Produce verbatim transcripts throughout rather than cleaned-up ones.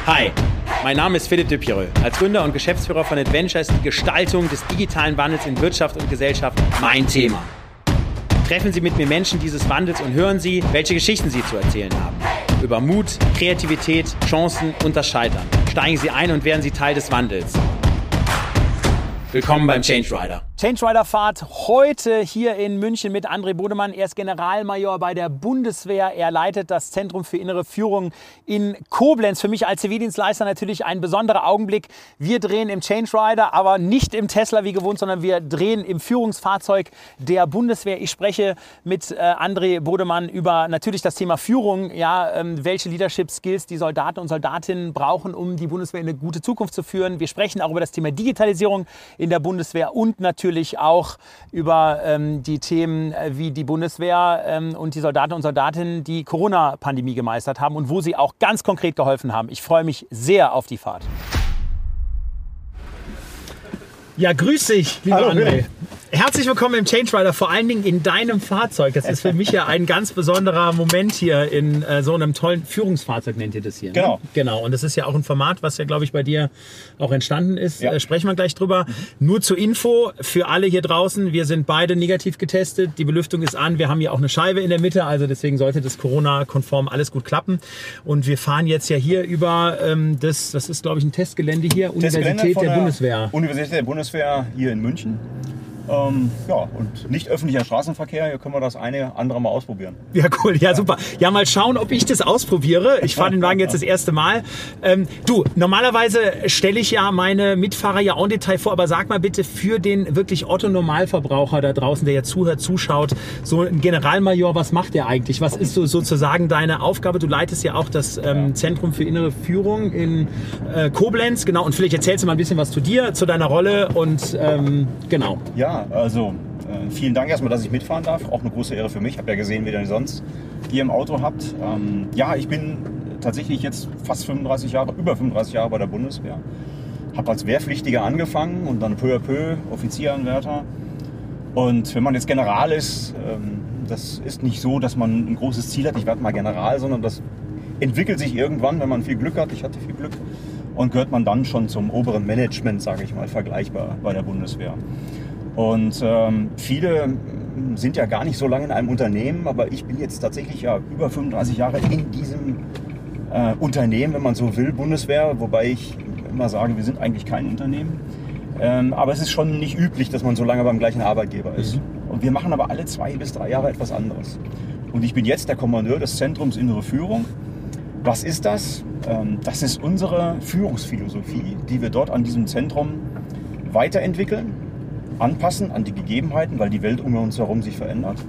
Hi, mein Name ist Philipp de Pireux. Als Gründer und Geschäftsführer von Adventure ist die Gestaltung des digitalen Wandels in Wirtschaft und Gesellschaft mein Thema. Treffen Sie mit mir Menschen dieses Wandels und hören Sie, welche Geschichten sie zu erzählen haben. Über Mut, Kreativität, Chancen und das Scheitern. Steigen Sie ein und werden Sie Teil des Wandels. Willkommen beim Change Rider. Change Rider Fahrt heute hier in München mit André Bodemann. Er ist Generalmajor bei der Bundeswehr. Er leitet das Zentrum für innere Führung in Koblenz. Für mich als Zivildienstleister natürlich ein besonderer Augenblick. Wir drehen im Change Rider, aber nicht im Tesla wie gewohnt, sondern wir drehen im Führungsfahrzeug der Bundeswehr. Ich spreche mit äh, André Bodemann über natürlich das Thema Führung. Ja, ähm, welche Leadership Skills die Soldaten und Soldatinnen brauchen, um die Bundeswehr in eine gute Zukunft zu führen. Wir sprechen auch über das Thema Digitalisierung in der Bundeswehr und natürlich Natürlich auch über ähm, die Themen, wie die Bundeswehr ähm, und die Soldaten und Soldatinnen die Corona-Pandemie gemeistert haben und wo sie auch ganz konkret geholfen haben. Ich freue mich sehr auf die Fahrt. Ja, grüß dich, lieber Hallo, André. Herzlich willkommen im Change Rider, vor allen Dingen in deinem Fahrzeug. Das ist für mich ja ein ganz besonderer Moment hier in äh, so einem tollen Führungsfahrzeug, nennt ihr das hier. Genau. Ne? Genau. Und das ist ja auch ein Format, was ja, glaube ich, bei dir auch entstanden ist. Ja. Äh, sprechen wir gleich drüber. Mhm. Nur zur Info für alle hier draußen. Wir sind beide negativ getestet. Die Belüftung ist an. Wir haben hier auch eine Scheibe in der Mitte. Also deswegen sollte das Corona-konform alles gut klappen. Und wir fahren jetzt ja hier über ähm, das, das ist, glaube ich, ein Testgelände hier. Testgelände Universität von der, der Bundeswehr. Universität der Bundeswehr hier in München. Ähm, ja, und nicht öffentlicher Straßenverkehr, hier können wir das eine andere mal ausprobieren. Ja, cool, ja, super. Ja, mal schauen, ob ich das ausprobiere. Ich fahre den Wagen jetzt das erste Mal. Ähm, du, normalerweise stelle ich ja meine Mitfahrer ja en Detail vor, aber sag mal bitte für den wirklich Otto-Normalverbraucher da draußen, der ja zuhört, zuschaut, so ein Generalmajor, was macht der eigentlich? Was ist so sozusagen deine Aufgabe? Du leitest ja auch das ähm, Zentrum für innere Führung in äh, Koblenz, genau. Und vielleicht erzählst du mal ein bisschen was zu dir, zu deiner Rolle und ähm, genau. Ja, also äh, vielen Dank erstmal, dass ich mitfahren darf. Auch eine große Ehre für mich. Ich habe ja gesehen, wie ihr sonst ihr im Auto habt. Ähm, ja, ich bin tatsächlich jetzt fast fünfunddreißig Jahre, über fünfunddreißig Jahre bei der Bundeswehr. Habe als Wehrpflichtiger angefangen und dann peu à peu Offizieranwärter. Und wenn man jetzt General ist, ähm, das ist nicht so, dass man ein großes Ziel hat, ich werde mal General, sondern das entwickelt sich irgendwann, wenn man viel Glück hat. Ich hatte viel Glück. Und gehört man dann schon zum oberen Management, sage ich mal, vergleichbar bei der Bundeswehr. Und ähm, viele sind ja gar nicht so lange in einem Unternehmen, aber ich bin jetzt tatsächlich ja über fünfunddreißig Jahre in diesem äh, Unternehmen, wenn man so will, Bundeswehr, wobei ich immer sage, wir sind eigentlich kein Unternehmen. Ähm, aber es ist schon nicht üblich, dass man so lange beim gleichen Arbeitgeber ist. Und wir machen aber alle zwei bis drei Jahre etwas anderes. Und ich bin jetzt der Kommandeur des Zentrums Innere Führung. Was ist das? Ähm, das ist unsere Führungsphilosophie, die wir dort an diesem Zentrum weiterentwickeln, anpassen an die Gegebenheiten, weil die Welt um uns herum sich verändert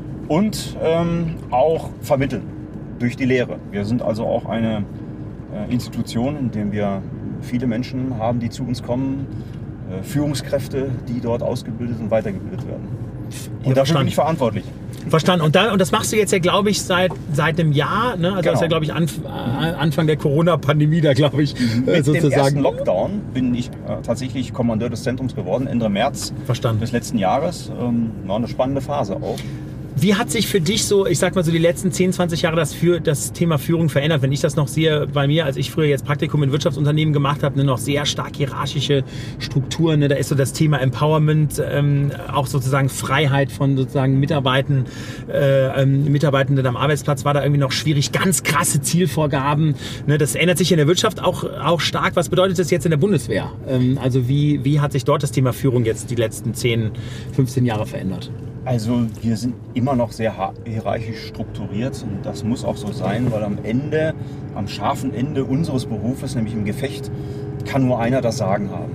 und ähm, auch vermitteln durch die Lehre. Wir sind also auch eine äh, Institution, in der wir viele Menschen haben, die zu uns kommen, äh, Führungskräfte, die dort ausgebildet und weitergebildet werden. Und dafür bin ich verantwortlich. Verstanden. Und, da, und das machst du jetzt ja, glaube ich, seit, seit einem Jahr. Ne? Also genau. Das ist ja, glaube ich, Anf Anfang der Corona-Pandemie da, glaube ich, Mit sozusagen. dem ersten Lockdown bin ich äh, tatsächlich Kommandeur des Zentrums geworden, Ende März Verstanden. des letzten Jahres. Ähm, war eine spannende Phase auch. Wie hat sich für dich so, ich sag mal so die letzten zehn, zwanzig Jahre das, für, das Thema Führung verändert? Wenn ich das noch sehe, bei mir, als ich früher jetzt Praktikum in Wirtschaftsunternehmen gemacht habe, ne, noch sehr stark hierarchische Strukturen, ne, da ist so das Thema Empowerment, ähm, auch sozusagen Freiheit von sozusagen Mitarbeitenden, äh, ähm, Mitarbeitenden am Arbeitsplatz war da irgendwie noch schwierig, ganz krasse Zielvorgaben. Ne, das ändert sich in der Wirtschaft auch, auch stark. Was bedeutet das jetzt in der Bundeswehr? Ähm, also wie, wie hat sich dort das Thema Führung jetzt die letzten zehn, fünfzehn Jahre verändert? Also wir sind immer noch sehr hierarchisch strukturiert und das muss auch so sein, weil am Ende, am scharfen Ende unseres Berufes, nämlich im Gefecht, kann nur einer das Sagen haben.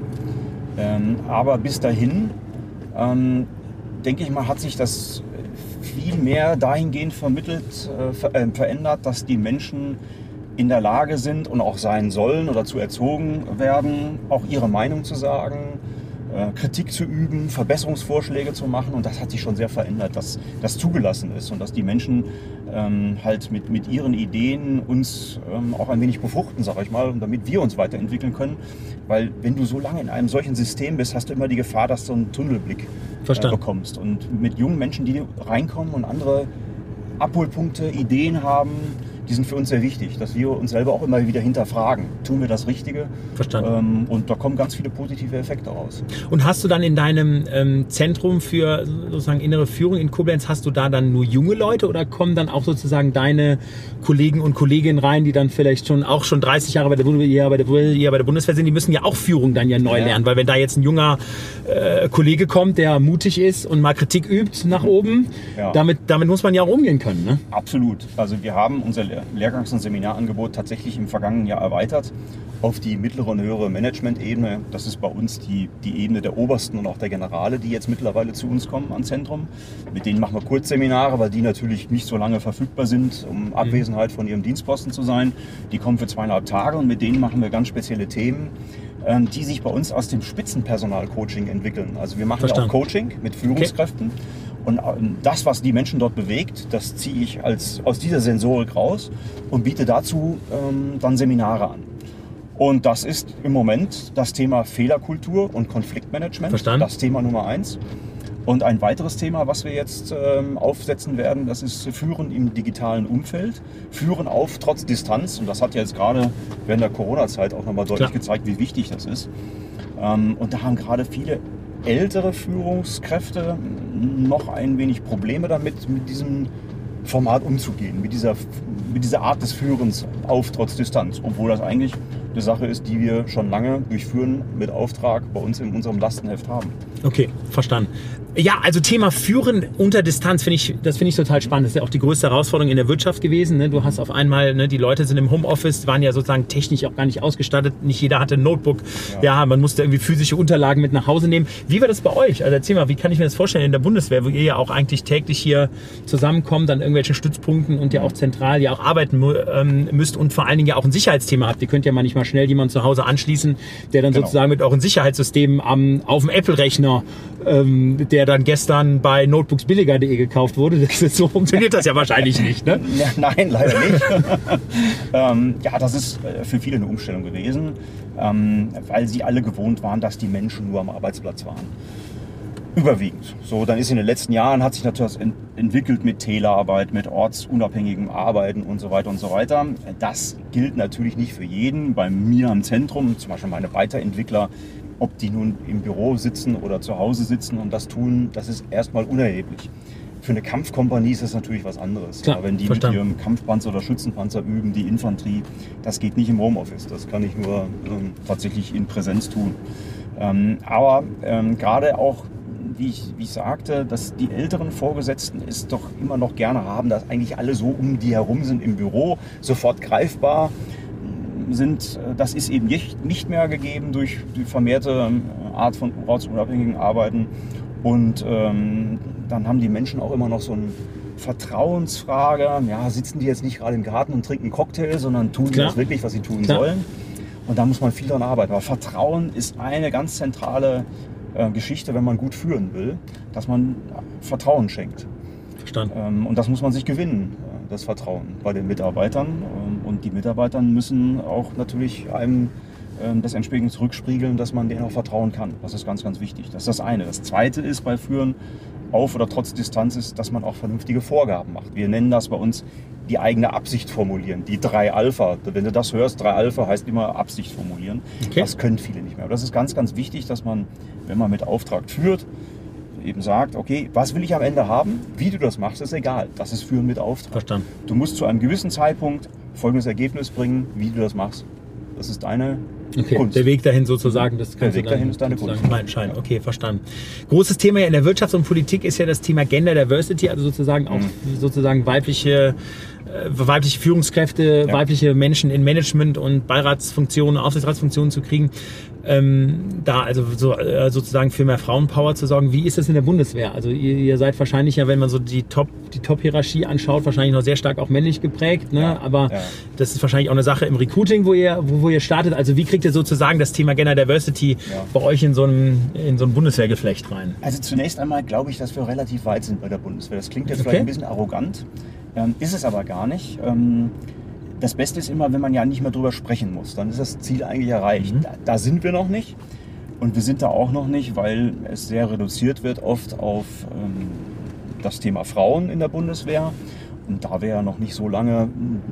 Ähm, aber bis dahin, ähm, denke ich mal, hat sich das viel mehr dahingehend vermittelt, äh, ver äh, verändert, dass die Menschen in der Lage sind und auch sein sollen oder zu erzogen werden, auch ihre Meinung zu sagen, Kritik zu üben, Verbesserungsvorschläge zu machen, und das hat sich schon sehr verändert, dass das zugelassen ist und dass die Menschen ähm, halt mit, mit ihren Ideen uns ähm, auch ein wenig befruchten, sage ich mal, und damit wir uns weiterentwickeln können, weil wenn du so lange in einem solchen System bist, hast du immer die Gefahr, dass du einen Tunnelblick äh, bekommst, und mit jungen Menschen, die reinkommen und andere Abholpunkte, Ideen haben, die sind für uns sehr wichtig, dass wir uns selber auch immer wieder hinterfragen. Tun wir das Richtige? Verstanden. Ähm, und da kommen ganz viele positive Effekte raus. Und hast du dann in deinem ähm, Zentrum für sozusagen innere Führung in Koblenz, hast du da dann nur junge Leute oder kommen dann auch sozusagen deine Kollegen und Kolleginnen rein, die dann vielleicht schon auch schon dreißig Jahre bei der Bundeswehr, bei der, bei der Bundeswehr sind, die müssen ja auch Führung dann ja neu ja. lernen, weil wenn da jetzt ein junger äh, Kollege kommt, der mutig ist und mal Kritik übt nach oben, ja. damit, damit muss man ja auch umgehen können. Ne? Absolut. Also wir haben unser Lehrgangs- und Seminarangebot tatsächlich im vergangenen Jahr erweitert auf die mittlere und höhere Management-Ebene. Das ist bei uns die, die Ebene der Obersten und auch der Generale, die jetzt mittlerweile zu uns kommen ans Zentrum. Mit denen machen wir Kurzseminare, weil die natürlich nicht so lange verfügbar sind, um Abwesenheit von ihrem Dienstposten zu sein. Die kommen für zweieinhalb Tage und mit denen machen wir ganz spezielle Themen, die sich bei uns aus dem Spitzenpersonal-Coaching entwickeln. Also wir machen Verstanden. ja auch Coaching mit Führungskräften. Okay. Und das, was die Menschen dort bewegt, das ziehe ich als, aus dieser Sensorik raus und biete dazu ähm, dann Seminare an. Und das ist im Moment das Thema Fehlerkultur und Konfliktmanagement. Verstanden. Das Thema Nummer eins. Und ein weiteres Thema, was wir jetzt ähm, aufsetzen werden, das ist Führen im digitalen Umfeld. Führen auf trotz Distanz. Und das hat ja jetzt gerade während der Corona-Zeit auch nochmal deutlich Klar. gezeigt, wie wichtig das ist. Ähm, und da haben gerade viele ältere Führungskräfte noch ein wenig Probleme damit, mit diesem Format umzugehen, mit dieser, mit dieser Art des Führens auf trotz Distanz. Obwohl das eigentlich eine Sache ist, die wir schon lange durch Führen mit Auftrag bei uns in unserem Lastenheft haben. Okay, verstanden. Ja, also Thema Führen unter Distanz, finde ich, das finde ich total spannend. Das ist ja auch die größte Herausforderung in der Wirtschaft gewesen. Ne? Du hast auf einmal, ne, die Leute sind im Homeoffice, waren ja sozusagen technisch auch gar nicht ausgestattet. Nicht jeder hatte ein Notebook. Ja. ja, man musste irgendwie physische Unterlagen mit nach Hause nehmen. Wie war das bei euch? Also erzähl mal, wie kann ich mir das vorstellen in der Bundeswehr, wo ihr ja auch eigentlich täglich hier zusammenkommt an irgendwelchen Stützpunkten und ja auch zentral ja auch arbeiten ähm, müsst und vor allen Dingen ja auch ein Sicherheitsthema habt. Ihr könnt ja mal nicht mal schnell jemanden zu Hause anschließen, der dann genau. sozusagen mit euren Sicherheitssystemen am, auf dem Apple-Rechner, ähm, der dann gestern bei notebooksbilliger punkt de gekauft wurde. Das ist, so funktioniert das ja wahrscheinlich nicht, ne? Ja, nein, leider nicht. ähm, ja, das ist für viele eine Umstellung gewesen, ähm, weil sie alle gewohnt waren, dass die Menschen nur am Arbeitsplatz waren. Überwiegend. So, dann ist in den letzten Jahren hat sich natürlich ent- entwickelt mit Telearbeit, mit ortsunabhängigem Arbeiten und so weiter und so weiter. Das gilt natürlich nicht für jeden. Bei mir am Zentrum, zum Beispiel meine Weiterentwickler, ob die nun im Büro sitzen oder zu Hause sitzen und das tun, das ist erstmal unerheblich. Für eine Kampfkompanie ist das natürlich was anderes. Klar, Aber wenn die verstanden. mit ihrem Kampfpanzer oder Schützenpanzer üben, die Infanterie, das geht nicht im Homeoffice. Das kann ich nur ähm, tatsächlich in Präsenz tun. Ähm, aber ähm, gerade auch, wie ich, wie ich sagte, dass die älteren Vorgesetzten es doch immer noch gerne haben, dass eigentlich alle so um die herum sind im Büro, sofort greifbar sind. Das ist eben nicht mehr gegeben durch die vermehrte Art von ortsunabhängigen Arbeiten. Und ähm, dann haben die Menschen auch immer noch so eine Vertrauensfrage. Ja, sitzen die jetzt nicht gerade im Garten und trinken Cocktail, sondern tun die das wirklich, was sie tun Klar. sollen. Und da muss man viel daran arbeiten. Aber Vertrauen ist eine ganz zentrale äh, Geschichte, wenn man gut führen will, dass man Vertrauen schenkt. Verstanden. Ähm, und das muss man sich gewinnen, das Vertrauen bei den Mitarbeitern. Ähm, und die Mitarbeiter müssen auch natürlich einem ähm, das entsprechend zurückspiegeln, dass man denen auch vertrauen kann. Das ist ganz, ganz wichtig. Das ist das eine. Das zweite ist bei Führen auf oder trotz Distanz ist, dass man auch vernünftige Vorgaben macht. Wir nennen das bei uns die eigene Absicht formulieren, die drei Alpha. Wenn du das hörst, drei Alpha heißt immer Absicht formulieren. Okay. Das können viele nicht mehr. Aber das ist ganz, ganz wichtig, dass man, wenn man mit Auftrag führt, eben sagt, okay, was will ich am Ende haben? Wie du das machst, ist egal. Das ist Führen mit Auftrag. Verstanden. Du musst zu einem gewissen Zeitpunkt folgendes Ergebnis bringen, wie du das machst. Das ist deine okay. Kunst. Der Weg dahin sozusagen, das kannst der Weg du dann dahin ist deine Kunst. Mal entscheiden. Okay, verstanden. Großes Thema in der Wirtschaft und Politik ist ja das Thema Gender Diversity, also sozusagen auch mhm. sozusagen weibliche weibliche Führungskräfte, ja. weibliche Menschen in Management- und Beiratsfunktionen, Aufsichtsratsfunktionen zu kriegen, ähm, da also so, äh, sozusagen für mehr Frauenpower zu sorgen. Wie ist das in der Bundeswehr? Also ihr, ihr seid wahrscheinlich ja, wenn man so die Top, die Top-Hierarchie anschaut, wahrscheinlich noch sehr stark auch männlich geprägt, ne? Ja, aber ja. das ist wahrscheinlich auch eine Sache im Recruiting, wo ihr, wo, wo ihr startet. Also wie kriegt ihr sozusagen das Thema Gender Diversity ja. bei euch in so einem, in so ein Bundeswehrgeflecht rein? Also zunächst einmal glaube ich, dass wir relativ weit sind bei der Bundeswehr. Das klingt jetzt okay. vielleicht ein bisschen arrogant. Ähm, ist es aber gar nicht. Ähm, das Beste ist immer, wenn man ja nicht mehr drüber sprechen muss. Dann ist das Ziel eigentlich erreicht. Mhm. Da, da sind wir noch nicht. Und wir sind da auch noch nicht, weil es sehr reduziert wird oft auf ähm, das Thema Frauen in der Bundeswehr. Und da wir ja noch nicht so lange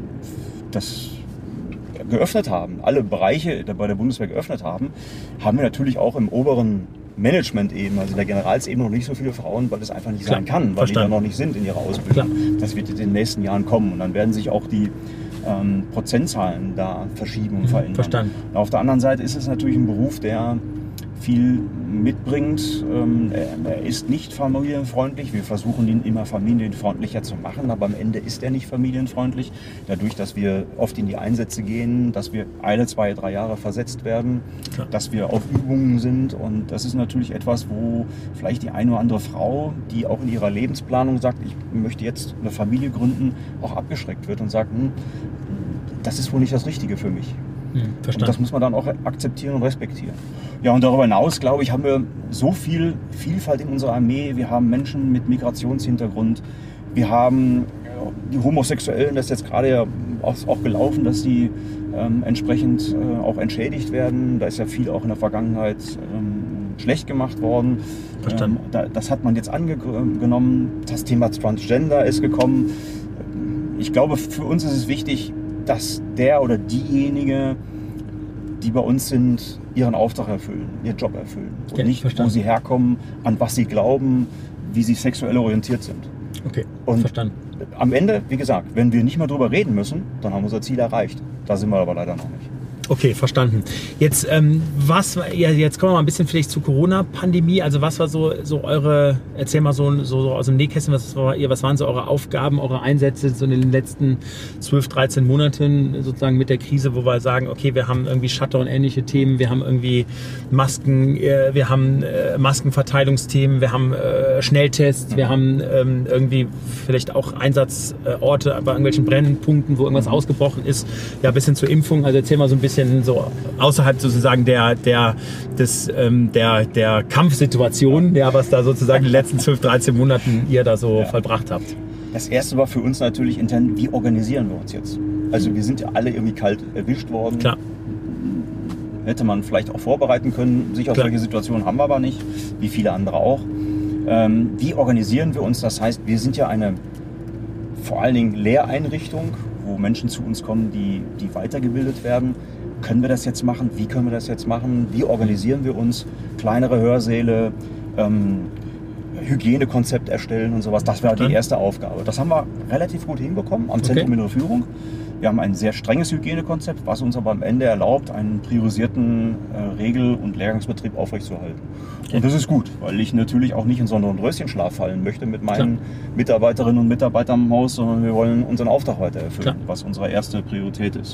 das geöffnet haben, alle Bereiche bei der Bundeswehr geöffnet haben, haben wir natürlich auch im oberen Management eben, also in der Generalsebene, noch nicht so viele Frauen, weil es einfach nicht Klar, sein kann, weil verstanden. die da noch nicht sind in ihrer Ausbildung. Klar. Das wird in den nächsten Jahren kommen und dann werden sich auch die ähm, Prozentzahlen da verschieben und verändern. Verstanden. Und auf der anderen Seite ist es natürlich ein Beruf, der viel mitbringt. Ähm, er, er ist nicht familienfreundlich. Wir versuchen ihn immer familienfreundlicher zu machen, aber am Ende ist er nicht familienfreundlich. Dadurch, dass wir oft in die Einsätze gehen, dass wir alle zwei, drei Jahre versetzt werden, Klar. dass wir auf Übungen sind und das ist natürlich etwas, wo vielleicht die eine oder andere Frau, die auch in ihrer Lebensplanung sagt, ich möchte jetzt eine Familie gründen, auch abgeschreckt wird und sagt, hm, das ist wohl nicht das Richtige für mich. Hm, Und das muss man dann auch akzeptieren und respektieren. Ja, und darüber hinaus, glaube ich, haben wir so viel Vielfalt in unserer Armee. Wir haben Menschen mit Migrationshintergrund. Wir haben die Homosexuellen, das ist jetzt gerade ja auch, auch gelaufen, dass die ähm, entsprechend äh, auch entschädigt werden. Da ist ja viel auch in der Vergangenheit ähm, schlecht gemacht worden. Verstanden. Ähm, da, das hat man jetzt angenommen. Das Thema Transgender ist gekommen. Ich glaube, für uns ist es wichtig, dass der oder diejenige, die bei uns sind, ihren Auftrag erfüllen, ihren Job erfüllen. Und Ja, nicht, verstanden. wo sie herkommen, an was sie glauben, wie sie sexuell orientiert sind. Okay, Und verstanden. am Ende, wie gesagt, wenn wir nicht mehr drüber reden müssen, dann haben wir unser Ziel erreicht. Da sind wir aber leider noch nicht. Okay, verstanden. Jetzt, ähm, was, ja, jetzt kommen wir mal ein bisschen vielleicht zur Corona-Pandemie. Also was war so, so eure, erzähl mal so, so, so aus dem Nähkästchen, was, war, ihr, was waren so eure Aufgaben, eure Einsätze so in den letzten zwölf, dreizehn Monaten sozusagen mit der Krise, wo wir sagen, okay, wir haben irgendwie Shutter und ähnliche Themen, wir haben irgendwie Masken, äh, wir haben äh, Maskenverteilungsthemen, wir haben äh, Schnelltests, wir haben ähm, irgendwie vielleicht auch Einsatzorte bei irgendwelchen Brennpunkten, wo irgendwas ausgebrochen ist, ja, bis hin zur Impfung. Also erzähl mal so ein bisschen so außerhalb sozusagen der, der, des, ähm, der, der Kampfsituation, ja, was da sozusagen in den letzten zwölf, dreizehn Monaten ihr da so Ja. vollbracht habt. Das erste war für uns natürlich intern, wie organisieren wir uns jetzt? Also wir sind ja alle irgendwie kalt erwischt worden. Klar. Hätte man vielleicht auch vorbereiten können. Sicher Klar. solche Situationen haben wir aber nicht, wie viele andere auch. Ähm, wie organisieren wir uns? Das heißt, wir sind ja eine vor allen Dingen Lehreinrichtung, wo Menschen zu uns kommen, die, die weitergebildet werden. Können wir das jetzt machen? Wie können wir das jetzt machen? Wie organisieren wir uns? Kleinere Hörsäle, ähm, Hygienekonzept erstellen und sowas. Das war die erste Aufgabe. Das haben wir relativ gut hinbekommen am Zentrum Okay. Innere Führung. Wir haben ein sehr strenges Hygienekonzept, was uns aber am Ende erlaubt, einen priorisierten äh, Regel- und Lehrgangsbetrieb aufrechtzuerhalten. Okay. Und das ist gut, weil ich natürlich auch nicht in so einen Röschenschlaf fallen möchte mit meinen Klar. Mitarbeiterinnen und Mitarbeitern im Haus, sondern wir wollen unseren Auftrag weiter erfüllen, Klar. was unsere erste Priorität ist.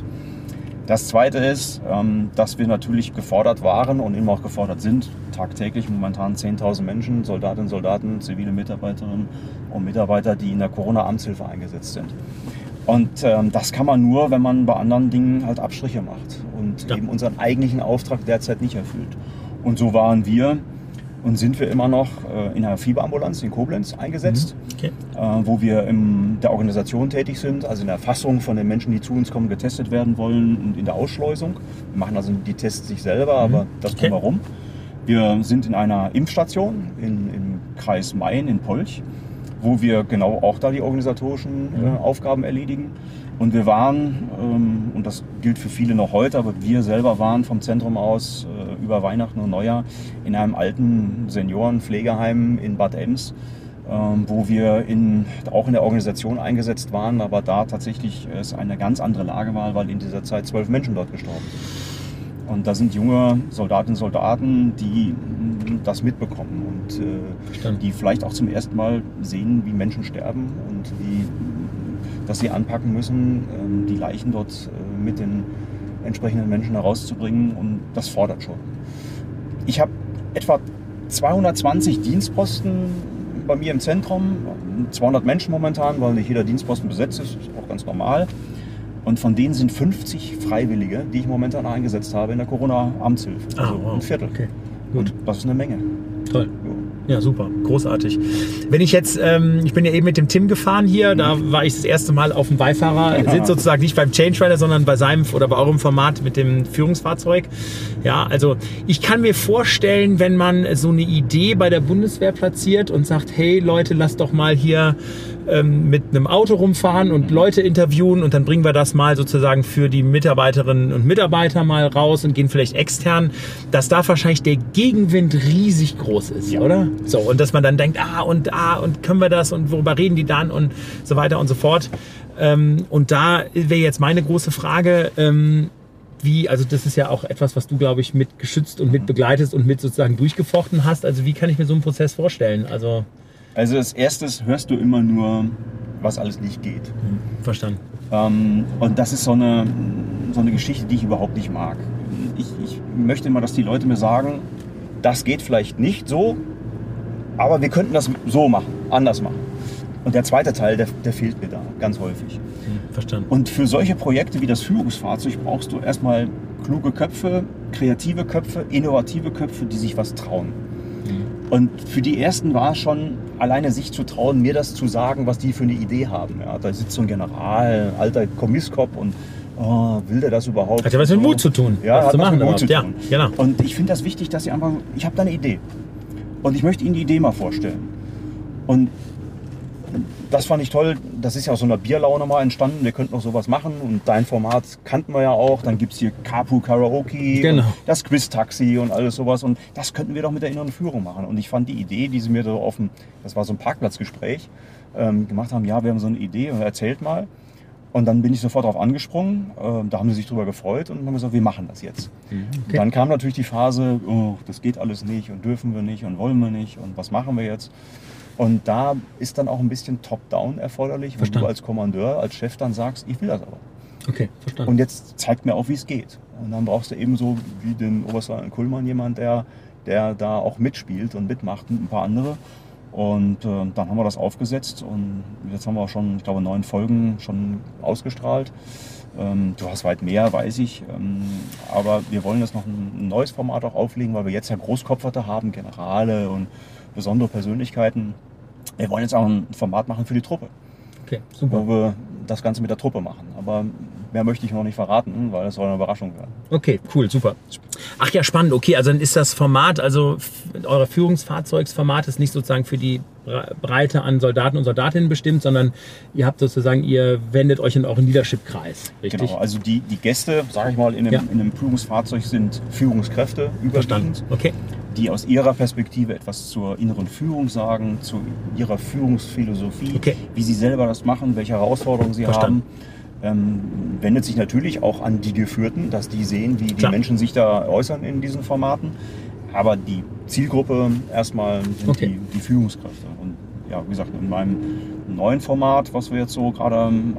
Das Zweite ist, ähm, dass wir natürlich gefordert waren und immer auch gefordert sind, tagtäglich momentan zehntausend Menschen, Soldatinnen, Soldaten, zivile Mitarbeiterinnen und Mitarbeiter, die in der Corona-Amtshilfe eingesetzt sind. Und ähm, das kann man nur, wenn man bei anderen Dingen halt Abstriche macht und Ja. eben unseren eigentlichen Auftrag derzeit nicht erfüllt. Und so waren wir und sind wir immer noch äh, in einer Fieberambulanz in Koblenz eingesetzt, Okay. äh, wo wir in der Organisation tätig sind, also in der Erfassung von den Menschen, die zu uns kommen, getestet werden wollen und in der Ausschleusung. Wir machen also die Tests nicht selber, aber das Okay. drumherum. Wir sind in einer Impfstation in, im Kreis Main in Polch, wo wir genau auch da die organisatorischen äh, Aufgaben erledigen. Und wir waren, ähm, und das gilt für viele noch heute, aber wir selber waren vom Zentrum aus äh, über Weihnachten und Neujahr in einem alten Seniorenpflegeheim in Bad Ems, ähm, wo wir in, auch in der Organisation eingesetzt waren, aber da tatsächlich es eine ganz andere Lage war, weil in dieser Zeit zwölf Menschen dort gestorben sind. Und da sind junge Soldatinnen und Soldaten, die mh, das mitbekommen und äh, Verstanden. die vielleicht auch zum ersten Mal sehen, wie Menschen sterben und wie, dass sie anpacken müssen, ähm, die Leichen dort äh, mit den entsprechenden Menschen herauszubringen, und das fordert schon. Ich habe etwa zweihundertzwanzig Dienstposten bei mir im Zentrum, zweihundert Menschen momentan, weil nicht jeder Dienstposten besetzt ist, ist auch ganz normal. Und von denen sind fünfzig Freiwillige, die ich momentan eingesetzt habe in der Corona-Amtshilfe. Ah, Also wow. ein Viertel. Okay. Gut. Und das ist eine Menge. Toll. Ja. Ja, super, großartig. Wenn ich jetzt, ähm, ich bin ja eben mit dem Tim gefahren hier, da war ich das erste Mal auf dem Beifahrersitz, sozusagen nicht beim Change Rider, sondern bei seinem oder bei eurem Format mit dem Führungsfahrzeug. Ja, also ich kann mir vorstellen, wenn man so eine Idee bei der Bundeswehr platziert und sagt, hey Leute, lasst doch mal hier ähm, mit einem Auto rumfahren und Leute interviewen und dann bringen wir das mal sozusagen für die Mitarbeiterinnen und Mitarbeiter mal raus und gehen vielleicht extern, dass da wahrscheinlich der Gegenwind riesig groß ist, ja. Oder? So, und dass man dann denkt, ah und ah und können wir das und worüber reden die dann und so weiter und so fort. Ähm, und da wäre jetzt meine große Frage, ähm, wie, also das ist ja auch etwas, was du, glaube ich, mit geschützt und mit begleitest und mit sozusagen durchgefochten hast. Also wie kann ich mir so einen Prozess vorstellen? Also, also als erstes hörst du immer nur, was alles nicht geht. Hm, verstanden. Ähm, und das ist so eine, so eine Geschichte, die ich überhaupt nicht mag. Ich, ich möchte immer, dass die Leute mir sagen, das geht vielleicht nicht so, aber wir könnten das so machen, anders machen. Und der zweite Teil, der, der fehlt mir da ganz häufig. Hm, verstanden. Und für solche Projekte wie das Führungsfahrzeug brauchst du erstmal kluge Köpfe, kreative Köpfe, innovative Köpfe, die sich was trauen. Hm. Und für die ersten war es schon, alleine sich zu trauen, mir das zu sagen, was die für eine Idee haben. Ja, da sitzt so ein General, ein alter Kommisskopf und oh, will der das überhaupt? Hat ja was mit Mut zu tun. Ja, was hat zu was machen mit Mut zu tun. Ja, genau. Und ich finde das wichtig, dass sie einfach, ich habe da eine Idee. Und ich möchte Ihnen die Idee mal vorstellen. Und das fand ich toll. Das ist ja aus so einer Bierlaune mal entstanden. Wir könnten noch sowas machen. Und dein Format kannten wir ja auch. Dann gibt es hier Carpool Karaoke, genau. Und das Quiz-Taxi und alles sowas. Und das könnten wir doch mit der inneren Führung machen. Und ich fand die Idee, die sie mir so auf dem, das war so ein Parkplatzgespräch, ähm, gemacht haben, ja, wir haben so eine Idee, erzählt mal. Und dann bin ich sofort darauf angesprungen. Ähm, da haben sie sich drüber gefreut und haben gesagt, wir machen das jetzt. Okay. Dann kam natürlich die Phase, oh, das geht alles nicht und dürfen wir nicht und wollen wir nicht und was machen wir jetzt? Und da ist dann auch ein bisschen Top-Down erforderlich, wenn Verstanden. du als Kommandeur, als Chef dann sagst, ich will das aber. Okay, verstanden. Und jetzt zeigt mir auch, wie es geht. Und dann brauchst du ebenso wie den Oberstleutnant Kullmann jemand, der, der da auch mitspielt und mitmacht und ein paar andere. Und äh, dann haben wir das aufgesetzt und jetzt haben wir auch schon, ich glaube, neun Folgen schon ausgestrahlt. Ähm, du hast weit mehr, weiß ich. Ähm, aber wir wollen jetzt noch ein, ein neues Format auch auflegen, weil wir jetzt ja Großkopferte haben, Generale und besondere Persönlichkeiten. Wir wollen jetzt auch ein Format machen für die Truppe. Okay, super. Wo wir das Ganze mit der Truppe machen. Aber mehr möchte ich noch nicht verraten, weil es soll eine Überraschung werden. Okay, cool, super. Ach ja, spannend. Okay, also dann ist das Format, also euer Führungsfahrzeugsformat ist nicht sozusagen für die Breite an Soldaten und Soldatinnen bestimmt, sondern ihr habt sozusagen, ihr wendet euch in euren Leadership-Kreis, richtig? Genau, also die, die Gäste, sage ich mal, in einem, Ja. in einem Führungsfahrzeug sind Führungskräfte überwiegend, Verstanden. Okay. die aus ihrer Perspektive etwas zur inneren Führung sagen, zu ihrer Führungsphilosophie, Okay. wie sie selber das machen, welche Herausforderungen sie Verstanden. haben. Ähm, wendet sich natürlich auch an die Geführten, dass die sehen, wie die Klar. Menschen sich da äußern in diesen Formaten. Aber die Zielgruppe erstmal sind Okay. die, die Führungskräfte. Und ja, wie gesagt, in meinem neuen Format, was wir jetzt so gerade ähm,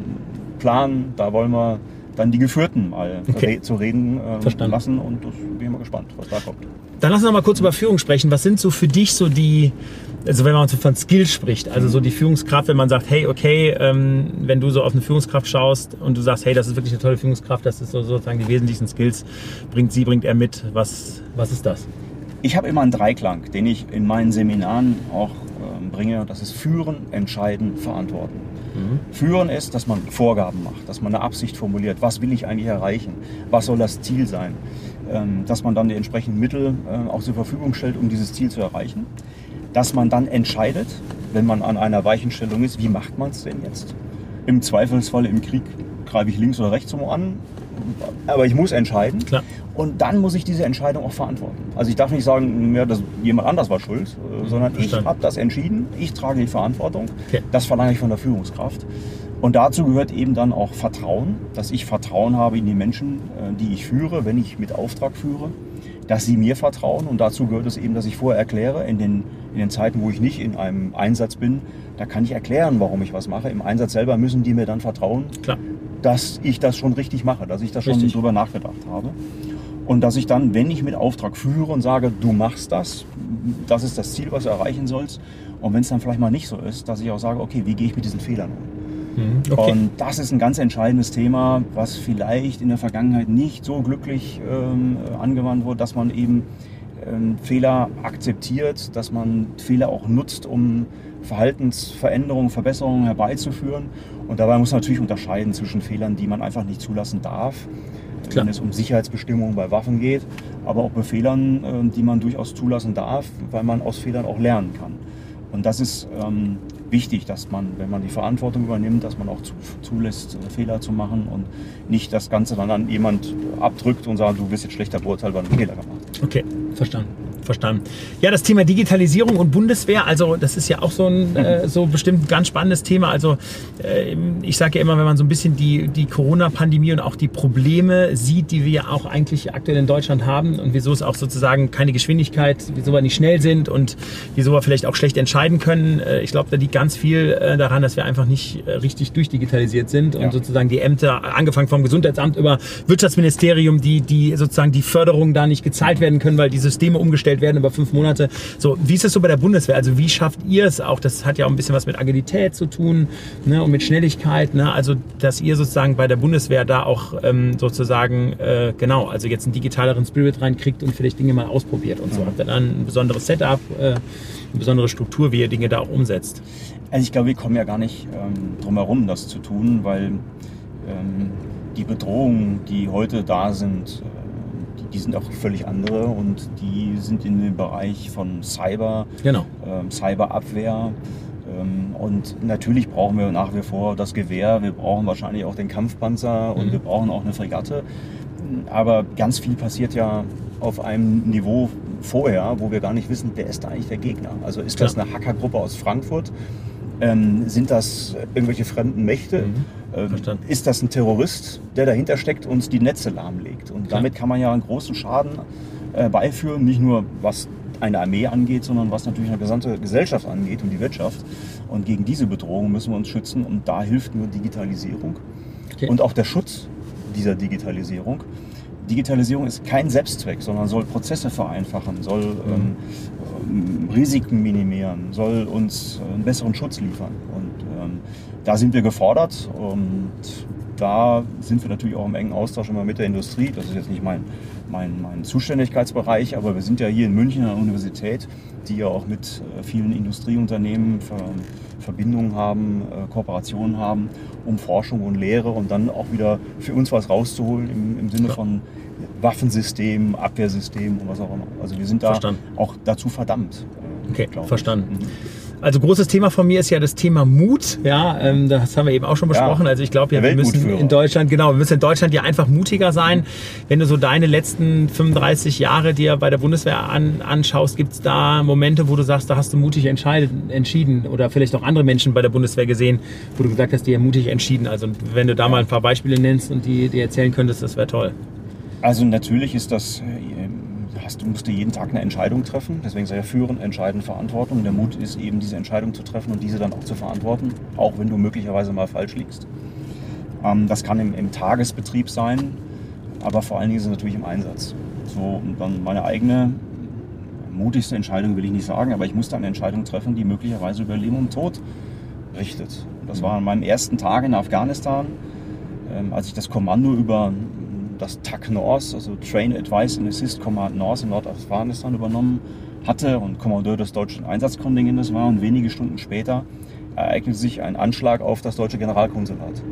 planen, da wollen wir dann die Geführten mal Okay. re zu reden ähm, Verstanden. lassen. Und das bin ich mal gespannt, was da kommt. Dann lass uns noch mal kurz über Führung sprechen. Was sind so für dich so die, also wenn man so von Skills spricht, also so die Führungskraft, wenn man sagt, hey, okay, ähm, wenn du so auf eine Führungskraft schaust und du sagst, hey, das ist wirklich eine tolle Führungskraft, das ist so sozusagen die wesentlichsten Skills, bringt sie, bringt er mit, was, was ist das? Ich habe immer einen Dreiklang, den ich in meinen Seminaren auch ähm, bringe. Das ist Führen, Entscheiden, Verantworten. Mhm. Führen ist, dass man Vorgaben macht, dass man eine Absicht formuliert. Was will ich eigentlich erreichen? Was soll das Ziel sein? Ähm, dass man dann die entsprechenden Mittel äh, auch zur Verfügung stellt, um dieses Ziel zu erreichen. Dass man dann entscheidet, wenn man an einer Weichenstellung ist, wie macht man es denn jetzt? Im Zweifelsfall im Krieg greife ich links oder rechts an, aber ich muss entscheiden. Klar. Und dann muss ich diese Entscheidung auch verantworten. Also ich darf nicht sagen, ja, dass jemand anders war schuld, äh, sondern ich Verstanden. habe das entschieden, ich trage die Verantwortung. Okay. Das verlange ich von der Führungskraft. Und dazu gehört eben dann auch Vertrauen, dass ich Vertrauen habe in die Menschen, äh, die ich führe, wenn ich mit Auftrag führe, dass sie mir vertrauen. Und dazu gehört es eben, dass ich vorher erkläre, in den, in den Zeiten, wo ich nicht in einem Einsatz bin, da kann ich erklären, warum ich was mache. Im Einsatz selber müssen die mir dann vertrauen, Klar. dass ich das schon richtig mache, dass ich da schon Richtig. drüber nachgedacht habe. Und dass ich dann, wenn ich mit Auftrag führe und sage, du machst das, das ist das Ziel, was du erreichen sollst. Und wenn es dann vielleicht mal nicht so ist, dass ich auch sage, okay, wie gehe ich mit diesen Fehlern um? Mhm. Okay. Und das ist ein ganz entscheidendes Thema, was vielleicht in der Vergangenheit nicht so glücklich ähm, angewandt wurde, dass man eben ähm, Fehler akzeptiert, dass man Fehler auch nutzt, um Verhaltensveränderungen, Verbesserungen herbeizuführen. Und dabei muss man natürlich unterscheiden zwischen Fehlern, die man einfach nicht zulassen darf, Klar. wenn es um Sicherheitsbestimmungen bei Waffen geht, aber auch bei Fehlern, äh, die man durchaus zulassen darf, weil man aus Fehlern auch lernen kann. Und das ist ähm, wichtig, dass man, wenn man die Verantwortung übernimmt, dass man auch zu, zulässt, äh, Fehler zu machen und nicht das Ganze dann an jemand abdrückt und sagt, du bist jetzt schlechter Beurteilt, weil du einen Fehler gemacht hast. Okay, verstanden. Verstanden. Ja, das Thema Digitalisierung und Bundeswehr, also das ist ja auch so ein äh, so bestimmt ein ganz spannendes Thema. Also äh, ich sage ja immer, wenn man so ein bisschen die, die Corona-Pandemie und auch die Probleme sieht, die wir ja auch eigentlich aktuell in Deutschland haben und wieso es auch sozusagen keine Geschwindigkeit, wieso wir nicht schnell sind und wieso wir vielleicht auch schlecht entscheiden können. Äh, ich glaube, da liegt ganz viel äh, daran, dass wir einfach nicht äh, richtig durchdigitalisiert sind und ja. sozusagen die Ämter, angefangen vom Gesundheitsamt über Wirtschaftsministerium, die, die sozusagen die Förderungen da nicht gezahlt werden können, weil die Systeme umgestellt werden über fünf Monate. So, wie ist es so bei der Bundeswehr? Also wie schafft ihr es auch? Das hat ja auch ein bisschen was mit Agilität zu tun, ne, und mit Schnelligkeit. Ne? Also dass ihr sozusagen bei der Bundeswehr da auch ähm, sozusagen äh, genau, also jetzt einen digitaleren Spirit reinkriegt und vielleicht Dinge mal ausprobiert und so. Habt ihr dann ein besonderes Setup, äh, eine besondere Struktur, wie ihr Dinge da auch umsetzt? Also ich glaube, wir kommen ja gar nicht ähm, drum herum, das zu tun, weil ähm, die Bedrohungen, die heute da sind, die sind auch völlig andere und die sind in dem Bereich von Cyber, genau. ähm, Cyberabwehr. Ähm, und natürlich brauchen wir nach wie vor das Gewehr, wir brauchen wahrscheinlich auch den Kampfpanzer und mhm. wir brauchen auch eine Fregatte. Aber ganz viel passiert ja auf einem Niveau vorher, wo wir gar nicht wissen, wer ist da eigentlich der Gegner. Also ist Klar. das eine Hackergruppe aus Frankfurt? Ähm, sind das irgendwelche fremden Mächte? Mhm. Ähm, ist das ein Terrorist, der dahinter steckt und uns die Netze lahmlegt? Und Klar. damit kann man ja einen großen Schaden äh, beiführen, nicht nur was eine Armee angeht, sondern was natürlich eine gesamte Gesellschaft angeht und die Wirtschaft. Und gegen diese Bedrohung müssen wir uns schützen und da hilft nur Digitalisierung okay. und auch der Schutz dieser Digitalisierung. Digitalisierung ist kein Selbstzweck, sondern soll Prozesse vereinfachen, soll mhm. ähm, Risiken minimieren, soll uns einen besseren Schutz liefern. Und ähm, da sind wir gefordert und da sind wir natürlich auch im engen Austausch immer mit der Industrie. Das ist jetzt nicht mein, mein, mein Zuständigkeitsbereich, aber wir sind ja hier in München an der Universität, die ja auch mit vielen Industrieunternehmen Ver, Verbindungen haben, Kooperationen haben, um Forschung und Lehre und dann auch wieder für uns was rauszuholen im, im Sinne von Waffensystem, Abwehrsystem und was auch immer. Also wir sind da verstanden. Auch dazu verdammt. Okay, verstanden. Mhm. Also großes Thema von mir ist ja das Thema Mut. Ja, ähm, das haben wir eben auch schon besprochen. Ja, also ich glaube, ja, wir müssen in Deutschland, genau, wir müssen in Deutschland ja einfach mutiger sein. Wenn du so deine letzten fünfunddreißig Jahre dir bei der Bundeswehr an, anschaust, gibt es da Momente, wo du sagst, da hast du mutig entschieden oder vielleicht auch andere Menschen bei der Bundeswehr gesehen, wo du gesagt hast, die haben mutig entschieden. Also wenn du da mal ein paar Beispiele nennst und die dir erzählen könntest, das wäre toll. Also natürlich ist das... Du musst dir jeden Tag eine Entscheidung treffen, deswegen sei ja Führen, Entscheiden, Verantwortung. Der Mut ist eben, diese Entscheidung zu treffen und diese dann auch zu verantworten, auch wenn du möglicherweise mal falsch liegst. Ähm, das kann im, im Tagesbetrieb sein, aber vor allen Dingen ist es natürlich im Einsatz. So, und dann meine eigene mutigste Entscheidung will ich nicht sagen, aber ich musste eine Entscheidung treffen, die möglicherweise über Leben und Tod richtet. Das war an meinem ersten Tag in Afghanistan, ähm, als ich das Kommando über das T A C North, also Train Advice and Assist Command North in Nordafghanistan übernommen hatte und Kommandeur des deutschen Einsatzkontingentes war. Und wenige Stunden später ereignete sich ein Anschlag auf das deutsche Generalkonsulat.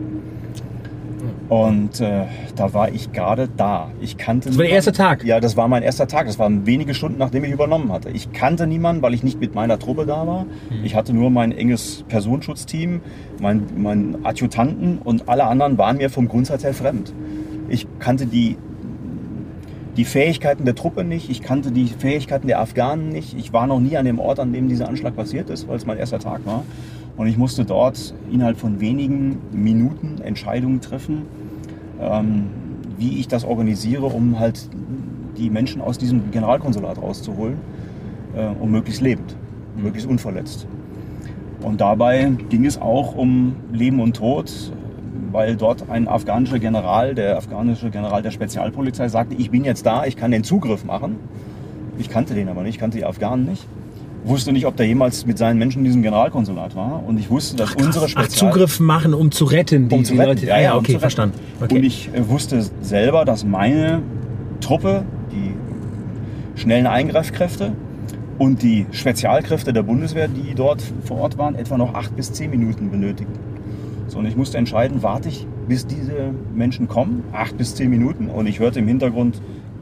Und äh, da war ich gerade da. Ich kannte das war der erste Tag? Ja, das war mein erster Tag. Das waren wenige Stunden, nachdem ich übernommen hatte. Ich kannte niemanden, weil ich nicht mit meiner Truppe da war. Mhm. Ich hatte nur mein enges Personenschutzteam, meinen mein Adjutanten und alle anderen waren mir vom Grundsatz her fremd. Ich kannte die, die Fähigkeiten der Truppe nicht, ich kannte die Fähigkeiten der Afghanen nicht. Ich war noch nie an dem Ort, an dem dieser Anschlag passiert ist, weil es mein erster Tag war. Und ich musste dort innerhalb von wenigen Minuten Entscheidungen treffen, ähm, wie ich das organisiere, um halt die Menschen aus diesem Generalkonsulat rauszuholen, äh, um möglichst lebend, mhm. möglichst unverletzt. Und dabei ging es auch um Leben und Tod, weil dort ein afghanischer General, der afghanische General der Spezialpolizei, sagte, ich bin jetzt da, ich kann den Zugriff machen. Ich kannte den aber nicht, ich kannte die Afghanen nicht. Wusste nicht, ob der jemals mit seinen Menschen in diesem Generalkonsulat war. Und ich wusste, dass Ach, unsere Spezial... Ach, Zugriff machen, um zu retten, die, um zu die retten. Leute. Ja, ja, okay, um verstanden. Okay. Und ich wusste selber, dass meine Truppe, die schnellen Eingreifkräfte und die Spezialkräfte der Bundeswehr, die dort vor Ort waren, etwa noch acht bis zehn Minuten benötigten. So, und ich musste entscheiden, warte ich, bis diese Menschen kommen, acht bis zehn Minuten, und ich hörte im Hintergrund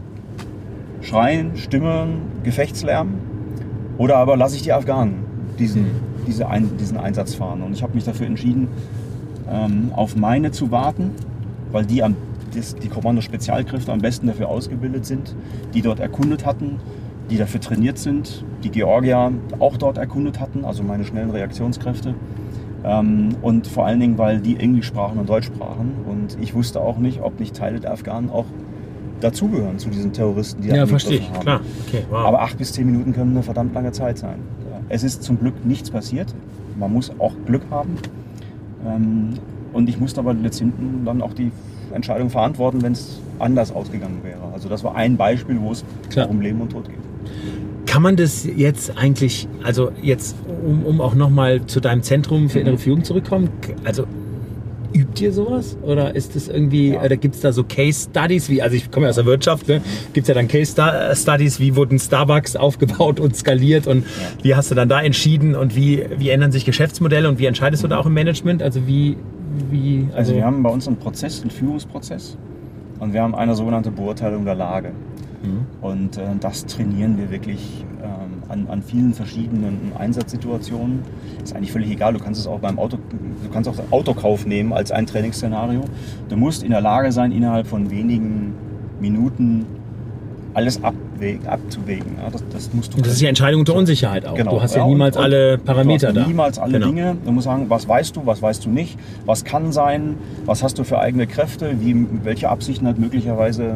Schreien, Stimmen, Gefechtslärm, oder aber lasse ich die Afghanen diesen, diese ein, diesen Einsatz fahren. Und ich habe mich dafür entschieden, ähm, auf meine zu warten, weil die, am, das, die Kommando-Spezialkräfte am besten dafür ausgebildet sind, die dort erkundet hatten, die dafür trainiert sind, die Georgier auch dort erkundet hatten, also meine schnellen Reaktionskräfte. Ähm, und vor allen Dingen, weil die Englisch sprachen und Deutsch sprachen. Und ich wusste auch nicht, ob nicht Teile der Afghanen auch dazugehören zu diesen Terroristen, die da Ja, verstehe ich, haben. klar. Okay, wow. Aber acht bis zehn Minuten können eine verdammt lange Zeit sein. Es ist zum Glück nichts passiert. Man muss auch Glück haben. Ähm, und ich musste aber letztendlich dann auch die Entscheidung verantworten, wenn es anders ausgegangen wäre. Also das war ein Beispiel, wo es Klar. um Leben und Tod geht. Kann man das jetzt eigentlich, also jetzt, um, um auch nochmal zu deinem Zentrum für innere Führung zurückkommen, also übt ihr sowas? Oder ist das irgendwie, Ja. oder gibt es da so Case Studies, wie, also ich komme ja aus der Wirtschaft, ne? Gibt es ja dann Case Studies, wie wurden Starbucks aufgebaut und skaliert und ja. wie hast du dann da entschieden und wie, wie ändern sich Geschäftsmodelle und wie entscheidest du da auch im Management? Also wie, wie, also, also wir haben bei uns einen Prozess, einen Führungsprozess, und wir haben eine sogenannte Beurteilung der Lage. Mhm. Und äh, das trainieren wir wirklich ähm, an, an vielen verschiedenen Einsatzsituationen. Ist eigentlich völlig egal, du kannst es auch beim Auto, du kannst auch den Autokauf nehmen als ein Trainingsszenario. Du musst in der Lage sein, innerhalb von wenigen Minuten alles abwägen, abzuwägen. Ja, das, das musst du. Und das ist die Entscheidung unter Unsicherheit auch. Genau. Du hast ja, ja niemals und, alle Parameter du hast da. Niemals alle genau. Dinge. Du musst sagen, was weißt du, was weißt du nicht, was kann sein, was hast du für eigene Kräfte, wie, welche Absichten hat möglicherweise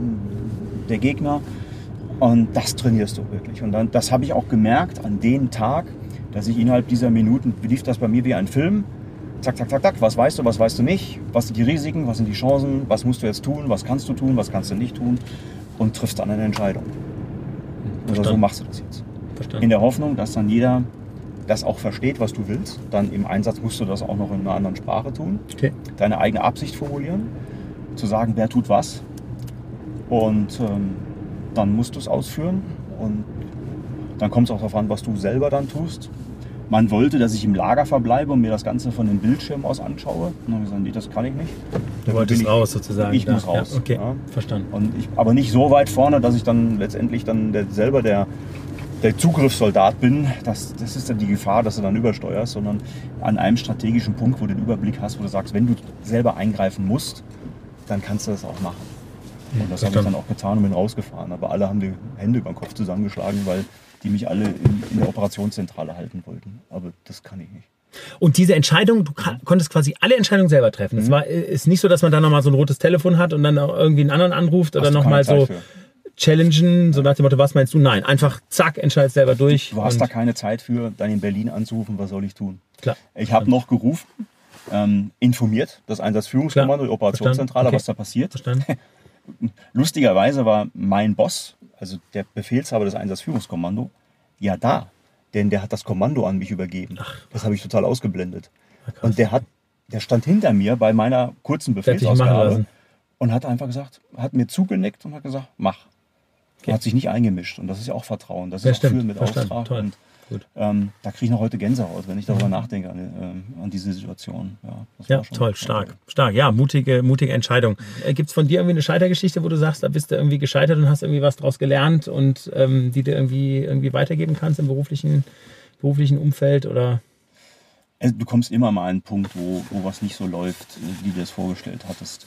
der Gegner. Und das trainierst du wirklich. Und dann, das habe ich auch gemerkt an dem Tag, dass ich innerhalb dieser Minuten, lief das bei mir wie ein Film, zack, zack, zack, zack, was weißt du, was weißt du nicht, was sind die Risiken, was sind die Chancen, was musst du jetzt tun, was kannst du tun, was kannst du nicht tun, und triffst dann eine Entscheidung. Oder so machst du das jetzt. Verstanden. In der Hoffnung, dass dann jeder das auch versteht, was du willst. Dann im Einsatz musst du das auch noch in einer anderen Sprache tun. Okay. Deine eigene Absicht formulieren, zu sagen, wer tut was. Und ähm, dann musst du es ausführen. Und dann kommt es auch darauf an, was du selber dann tust. Man wollte, dass ich im Lager verbleibe und mir das Ganze von den Bildschirmen aus anschaue. Und dann habe ich gesagt, nee, das kann ich nicht. Du wolltest ich, raus sozusagen. Ich da. muss raus. Ja, okay, ja. verstanden. Und ich, aber nicht so weit vorne, dass ich dann letztendlich dann der, selber der, der Zugriffssoldat bin. Das, das ist dann die Gefahr, dass du dann übersteuerst, sondern an einem strategischen Punkt, wo du den Überblick hast, wo du sagst, wenn du selber eingreifen musst, dann kannst du das auch machen. Und das habe ich dann auch getan und bin rausgefahren. Aber alle haben die Hände über den Kopf zusammengeschlagen, weil die mich alle in, in der Operationszentrale halten wollten. Aber das kann ich nicht. Und diese Entscheidung, du kann, konntest quasi alle Entscheidungen selber treffen. Es mhm. war ist nicht so, dass man dann nochmal so ein rotes Telefon hat und dann auch irgendwie einen anderen anruft oder nochmal so für. challengen, so nach dem Motto, was meinst du? Nein, einfach zack, entscheidest selber durch. Du hast da keine Zeit für, dann in Berlin anzurufen, was soll ich tun? Klar. Ich habe noch gerufen, ähm, informiert, das Einsatzführungskommando, Klar. die Operationszentrale, Okay. was da passiert. Verstanden. Lustigerweise war mein Boss, also der Befehlshaber des Einsatzführungskommando, ja da. Denn der hat das Kommando an mich übergeben. Ach, das habe ich total ausgeblendet. Ach, und der hat, der stand hinter mir bei meiner kurzen Befehlsausgabe und hat einfach gesagt, hat mir zugenickt und hat gesagt, mach. Okay. Hat sich nicht eingemischt. Und das ist ja auch Vertrauen. Das ist ja, auch stimmt. Führen mit Verstanden. Auftrag. Toll. Und Gut. Ähm, da kriege ich noch heute Gänsehaut, wenn ich darüber mhm. nachdenke, an, äh, an diese Situation. Ja, das ja war schon toll, stark. Toll. Stark, ja, mutige, mutige Entscheidung. Mhm. Gibt es von dir irgendwie eine Scheitergeschichte, wo du sagst, da bist du irgendwie gescheitert und hast irgendwie was daraus gelernt und ähm, die du irgendwie, irgendwie weitergeben kannst im beruflichen, beruflichen Umfeld? Oder? Also, du kommst immer mal an einen Punkt, wo, wo was nicht so läuft, wie du es vorgestellt hattest.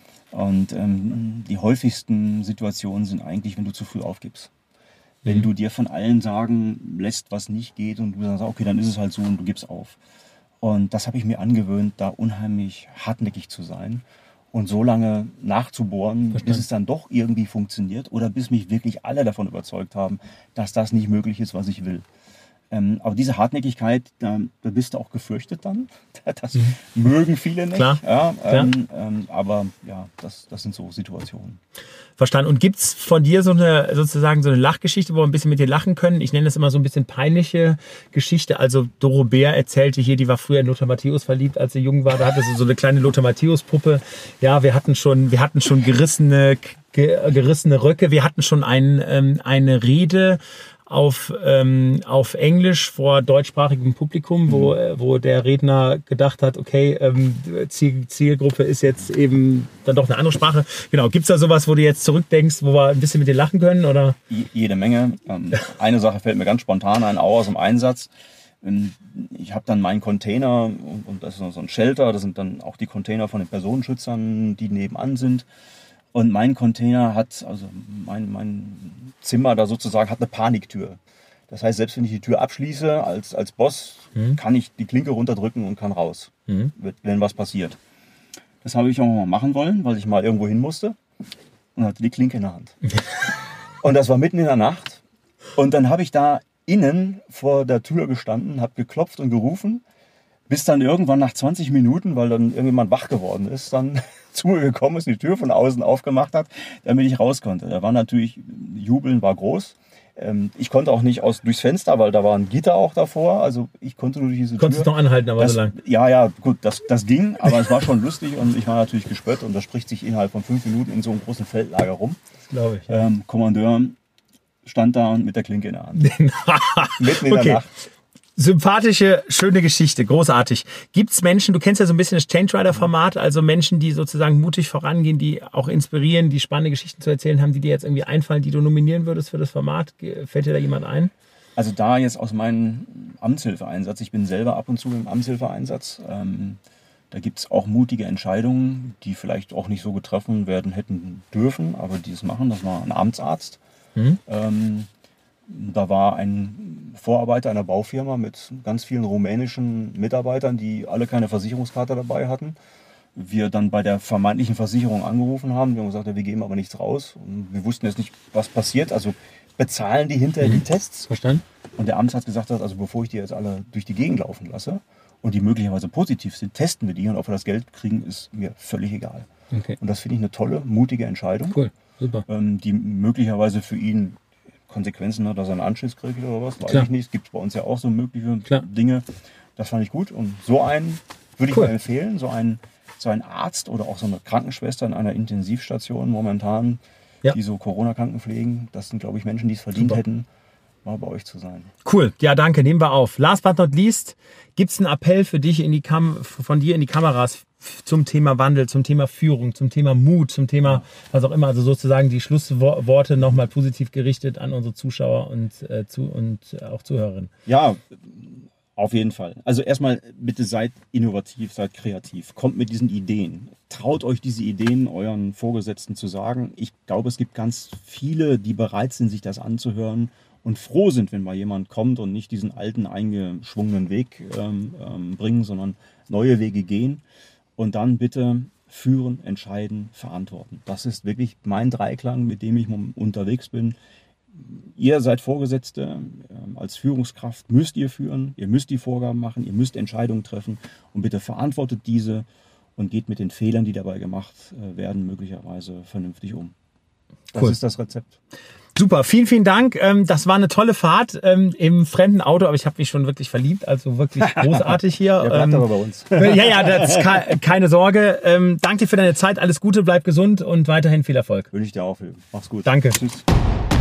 Und ähm, die häufigsten Situationen sind eigentlich, wenn du zu früh aufgibst. Wenn du dir von allen sagen lässt, was nicht geht und du sagst, okay, dann ist es halt so und du gibst auf. Und das habe ich mir angewöhnt, da unheimlich hartnäckig zu sein und so lange nachzubohren, Verstanden. bis es dann doch irgendwie funktioniert oder bis mich wirklich alle davon überzeugt haben, dass das nicht möglich ist, was ich will. Ähm, aber diese Hartnäckigkeit, da, da bist du auch gefürchtet dann. Das mhm. mögen viele nicht. Klar. Ja, Klar. Ähm, ähm, aber ja, das, das sind so Situationen. Verstanden. Und gibt es von dir so eine sozusagen so eine Lachgeschichte, wo wir ein bisschen mit dir lachen können? Ich nenne das immer so ein bisschen peinliche Geschichte. Also Doro Bär erzählte hier, die war früher in Lothar Matthäus verliebt, als sie jung war. Da hatte sie so eine kleine Lothar Matthäus Puppe. Ja, wir hatten schon, wir hatten schon gerissene ge gerissene Röcke. Wir hatten schon ein, ähm, eine Rede auf, ähm, auf Englisch vor deutschsprachigem Publikum, wo, mhm. wo der Redner gedacht hat, okay, ähm, Ziel, Zielgruppe ist jetzt eben dann doch eine andere Sprache. Genau, gibt es da sowas, wo du jetzt zurückdenkst, wo wir ein bisschen mit dir lachen können? Oder? Jede Menge. Ähm, eine Sache fällt mir ganz spontan ein, auch aus dem Einsatz. Ich habe dann meinen Container und, und das ist so ein Shelter, das sind dann auch die Container von den Personenschützern, die nebenan sind. Und mein Container hat, also mein, mein Zimmer da sozusagen, hat eine Paniktür. Das heißt, selbst wenn ich die Tür abschließe als, als Boss, mhm. kann ich die Klinke runterdrücken und kann raus, mhm. wenn was passiert. Das habe ich auch mal machen wollen, weil ich mal irgendwo hin musste und hatte die Klinke in der Hand. Und das war mitten in der Nacht. Und dann habe ich da innen vor der Tür gestanden, habe geklopft und gerufen, bis dann irgendwann nach zwanzig Minuten, weil dann irgendjemand wach geworden ist, dann zu mir gekommen ist, die Tür von außen aufgemacht hat, damit ich raus konnte. Da war natürlich, Jubeln war groß. Ich konnte auch nicht aus, durchs Fenster, weil da war ein Gitter auch davor. Also ich konnte nur durch diese Konntest Tür. Konntest noch anhalten, aber das, so lang. Ja, ja, gut, das, das ging, aber es war schon lustig und ich war natürlich gespött und das spricht sich innerhalb von fünf Minuten in so einem großen Feldlager rum. Das glaube ich. Ja. Ähm, Kommandeur stand da mit der Klinke in der Hand. Mitten in okay. der Nacht. Sympathische, schöne Geschichte, großartig. Gibt es Menschen, du kennst ja so ein bisschen das Change Rider Format, also Menschen, die sozusagen mutig vorangehen, die auch inspirieren, die spannende Geschichten zu erzählen haben, die dir jetzt irgendwie einfallen, die du nominieren würdest für das Format? Fällt dir da jemand ein? Also da jetzt aus meinem Amtshilfeeinsatz, ich bin selber ab und zu im Amtshilfeeinsatz, ähm, da gibt es auch mutige Entscheidungen, die vielleicht auch nicht so getroffen werden hätten dürfen, aber die es machen. Das war ein Amtsarzt. Mhm. Ähm, Da war ein Vorarbeiter einer Baufirma mit ganz vielen rumänischen Mitarbeitern, die alle keine Versicherungskarte dabei hatten. Wir dann bei der vermeintlichen Versicherung angerufen haben. Wir haben gesagt, ja, wir geben aber nichts raus. Und wir wussten jetzt nicht, was passiert. Also bezahlen die hinterher die Tests. Verstanden. Und der Amtsarzt gesagt hat, also bevor ich die jetzt alle durch die Gegend laufen lasse und die möglicherweise positiv sind, testen wir die. Und ob wir das Geld kriegen, ist mir völlig egal. Okay. Und das finde ich eine tolle, mutige Entscheidung. Cool, super. Ähm, die möglicherweise für ihn Konsequenzen hat, dass er einen Anschiss kriegt oder was, weiß Klar. ich nicht. Es gibt bei uns ja auch so mögliche Klar. Dinge. Das fand ich gut. Und so einen würde ich cool. mal empfehlen. So ein, so ein Arzt oder auch so eine Krankenschwester in einer Intensivstation momentan, ja. die so Corona-Kranken pflegen, das sind, glaube ich, Menschen, die es verdient Super. hätten, mal bei euch zu sein. Cool. Ja, danke. Nehmen wir auf. Last but not least, gibt es einen Appell für dich in die Kam von dir in die Kameras zum Thema Wandel, zum Thema Führung, zum Thema Mut, zum Thema was auch immer, also sozusagen die Schlussworte nochmal positiv gerichtet an unsere Zuschauer und, äh, zu, und auch Zuhörerinnen. Ja, auf jeden Fall. Also erstmal bitte seid innovativ, seid kreativ, kommt mit diesen Ideen. Traut euch diese Ideen euren Vorgesetzten zu sagen. Ich glaube, es gibt ganz viele, die bereit sind, sich das anzuhören und froh sind, wenn mal jemand kommt und nicht diesen alten, eingeschwungenen Weg ähm, ähm, bringen, sondern neue Wege gehen. Und dann bitte führen, entscheiden, verantworten. Das ist wirklich mein Dreiklang, mit dem ich unterwegs bin. Ihr seid Vorgesetzte, als Führungskraft müsst ihr führen, ihr müsst die Vorgaben machen, ihr müsst Entscheidungen treffen und bitte verantwortet diese und geht mit den Fehlern, die dabei gemacht werden, möglicherweise vernünftig um. Das cool. ist das Rezept. Super, vielen, vielen Dank. Das war eine tolle Fahrt im fremden Auto, aber ich habe mich schon wirklich verliebt, also wirklich großartig hier. Der bleibt aber bei uns. Ja, ja, das ist keine Sorge. Danke dir für deine Zeit, alles Gute, bleib gesund und weiterhin viel Erfolg. Wünsche ich dir auch. Mach's gut. Danke. Tschüss.